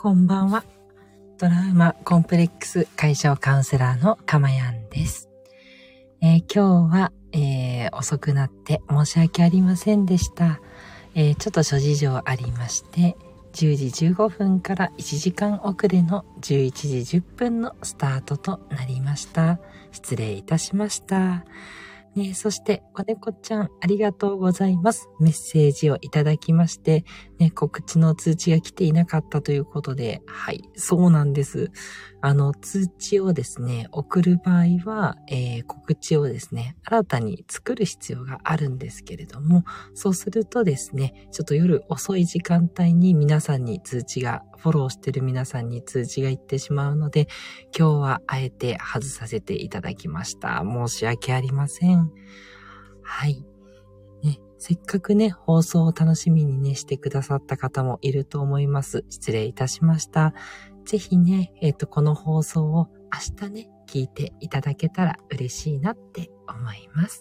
こんばんは。トラウマコンプレックス解消カウンセラーのかまやんです。今日は、遅くなって申し訳ありませんでした。ちょっと諸事情ありまして、10時15分から1時間遅れの11時10分のスタートとなりました。失礼いたしました。ね、そして子猫ちゃんありがとうございます。メッセージをいただきまして、ね、告知の通知が来ていなかったということで、はい、そうなんです。通知をですね、送る場合は、告知をですね、新たに作る必要があるんですけれども、そうするとですね、ちょっと夜遅い時間帯に皆さんに通知が、フォローしてる皆さんに通知がいってしまうので、今日はあえて外させていただきました。申し訳ありません。はい。ね、せっかくね、放送を楽しみにね、してくださった方もいると思います。失礼いたしました。ぜひね、この放送を明日ね、聞いていただけたら嬉しいなって思います。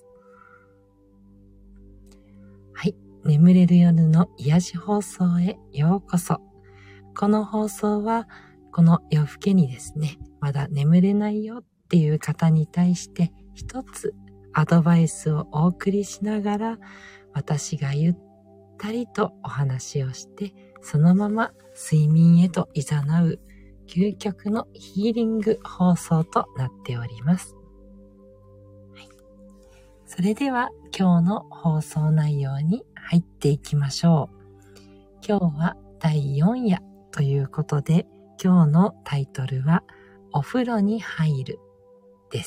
はい。眠れる夜の癒し放送へようこそ。この放送は、この夜更けにですね、まだ眠れないよっていう方に対して一つアドバイスをお送りしながら、私がゆったりとお話をして、そのまま睡眠へと誘う究極のヒーリング放送となっております。はい、それでは今日の放送内容に入っていきましょう。今日は第4夜ということで、今日のタイトルはお風呂に入るです。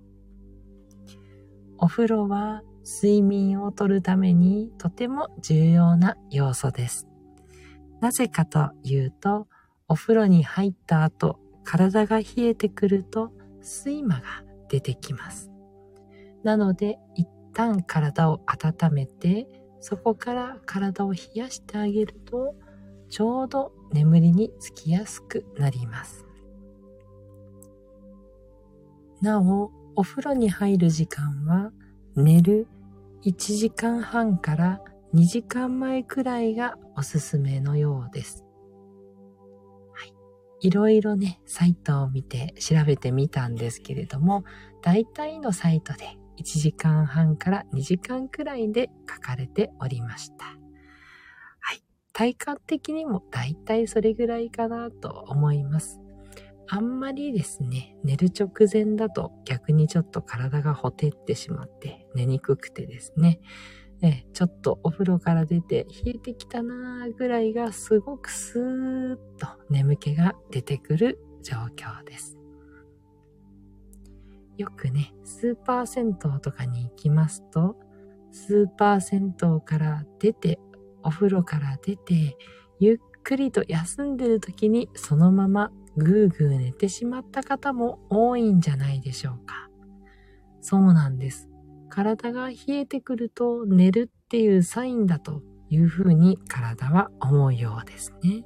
お風呂は睡眠をとるためにとても重要な要素です。なぜかというと、お風呂に入った後、体が冷えてくると睡魔が出てきます。なので、一旦体を温めて、そこから体を冷やしてあげると、ちょうど眠りにつきやすくなります。なお、お風呂に入る時間は、寝る1時間半から2時間前くらいがおすすめのようです。はい。いろいろね、サイトを見て調べてみたんですけれども、大体のサイトで1時間半から2時間くらいで書かれておりました。はい。体感的にも大体それぐらいかなと思います。あんまりですね、寝る直前だと逆にちょっと体がほてってしまって寝にくくてですね、ちょっとお風呂から出て冷えてきたなーぐらいがすごくスーッと眠気が出てくる状況です。よくね、スーパー銭湯とかに行きますと、スーパー銭湯から出て、お風呂から出て、ゆっくりと休んでる時にそのままぐーぐー寝てしまった方も多いんじゃないでしょうか。そうなんです。体が冷えてくると寝るっていうサインだというふうに体は思うようですね。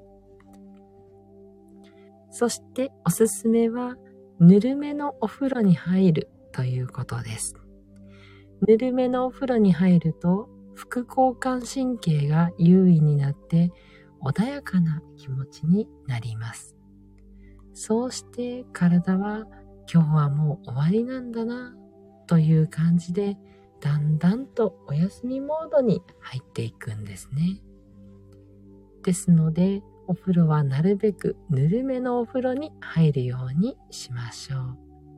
そしておすすめはぬるめのお風呂に入るということです。ぬるめのお風呂に入ると副交感神経が優位になって穏やかな気持ちになります。そうして体は今日はもう終わりなんだなという感じでだんだんとお休みモードに入っていくんですね。ですのでお風呂はなるべくぬるめのお風呂に入るようにしましょう。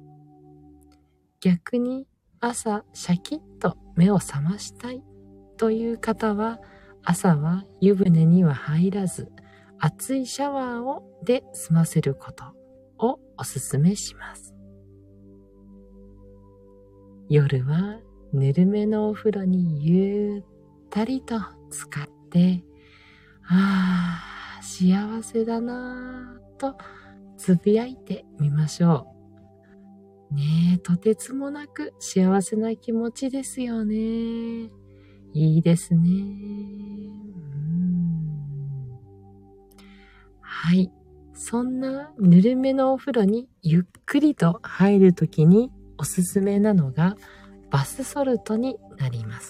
逆に朝シャキッと目を覚ましたいという方は朝は湯船には入らず熱いシャワーで済ませることをおすすめします。夜はぬるめのお風呂にゆったりと浸かって幸せだなぁとつぶやいてみましょう。ねえ、とてつもなく幸せな気持ちですよね。いいですね。はい。そんなぬるめのお風呂にゆっくりと入るときにおすすめなのがバスソルトになります。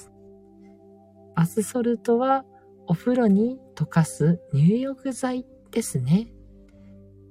バスソルトはお風呂に溶かす入浴剤ですね。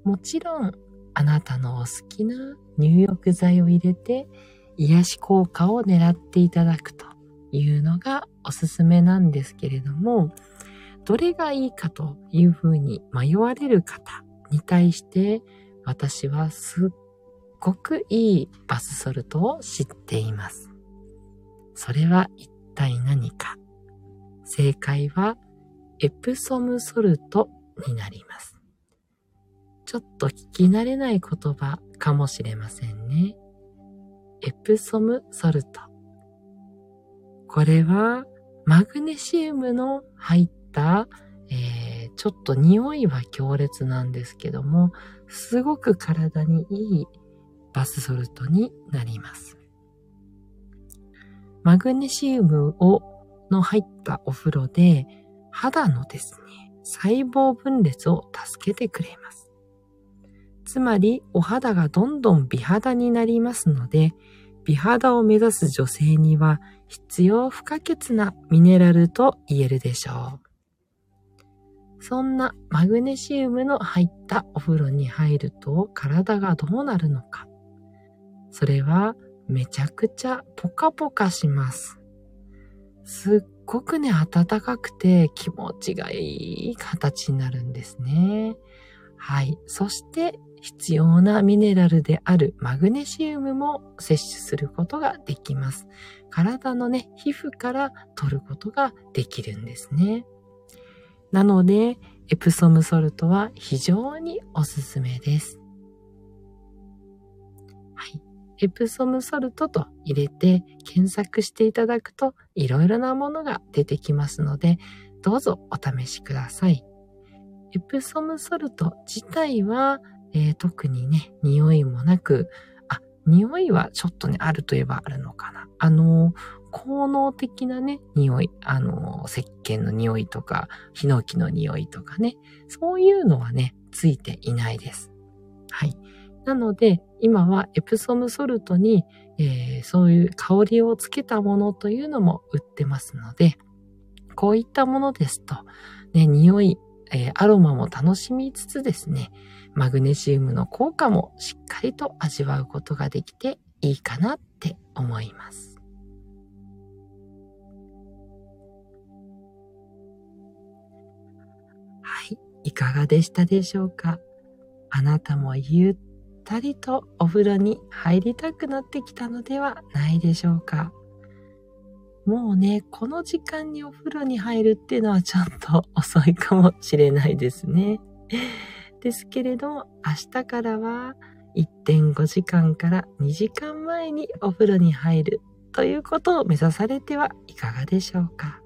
もちろんあなたのお好きな入浴剤を入れて癒し効果を狙っていただくというのがおすすめなんですけれども、どれがいいかというふうに迷われる方に対して私はすっごくいいバスソルトを知っています。それは一体何か。正解はエプソムソルトになります。ちょっと聞き慣れない言葉かもしれませんね。エプソムソルト。これはマグネシウムの入った、ちょっと匂いは強烈なんですけども、すごく体にいいバスソルトになります。マグネシウムの入ったお風呂で肌のですね、細胞分裂を助けてくれます。つまりお肌がどんどん美肌になりますので、美肌を目指す女性には必要不可欠なミネラルと言えるでしょう。そんなマグネシウムの入ったお風呂に入ると体がどうなるのか。それはめちゃくちゃポカポカします。すっごくね、暖かくて気持ちがいい形になるんですね。はい。そして必要なミネラルであるマグネシウムも摂取することができます。体のね、皮膚から取ることができるんですね。なので、エプソムソルトは非常におすすめです。はい。エプソムソルトと入れて検索していただくといろいろなものが出てきますので、どうぞお試しください。エプソムソルト自体は、特にね、匂いもなく、匂いはちょっとね、あるといえばあるのかな。効能的なね、匂い、石鹸の匂いとか、ヒノキの匂いとかね、そういうのはね、ついていないです。はい。なので、今はエプソムソルトに、そういう香りをつけたものというのも売ってますので、こういったものですと、ね、匂い、アロマも楽しみつつですね、マグネシウムの効果もしっかりと味わうことができていいかなって思います。はい、いかがでしたでしょうか？あなたもゆったりとお風呂に入りたくなってきたのではないでしょうか？もうね、この時間にお風呂に入るっていうのはちょっと遅いかもしれないですね。ですけれども、明日からは 1.5 時間から2時間前にお風呂に入るということを目指されてはいかがでしょうか。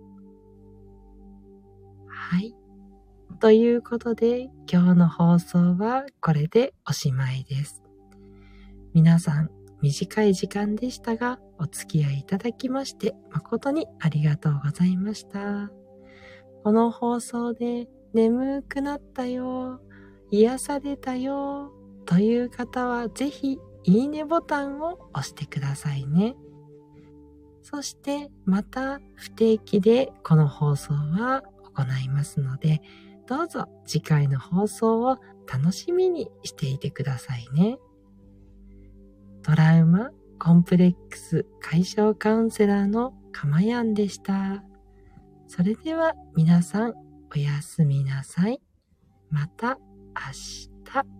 はい。ということで、今日の放送はこれでおしまいです。皆さん、短い時間でしたが、お付き合いいただきまして誠にありがとうございました。この放送で眠くなったよ、癒されたよという方はぜひいいねボタンを押してくださいね。そしてまた不定期でこの放送は行いますので、どうぞ次回の放送を楽しみにしていてくださいね。トラウマコンプレックス解消カウンセラーのかまやんでした。それでは皆さんおやすみなさい。また明日。